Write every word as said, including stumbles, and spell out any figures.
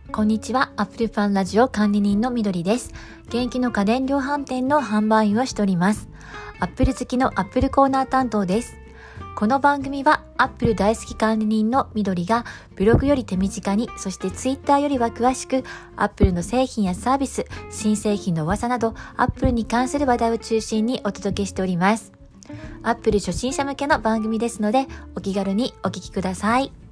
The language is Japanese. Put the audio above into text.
こんにちは。アップルファンラジオ管理人のみどりです。現役の家電量販店の販売員をしております。アップル好きのアップルコーナー担当です。この番組はアップル大好き管理人のみどりがブログより手短に、そしてツイッターよりは詳しくアップルの製品やサービス、新製品の噂などアップルに関する話題を中心にお届けしております。アップル初心者向けの番組ですのでお気軽にお聞きください。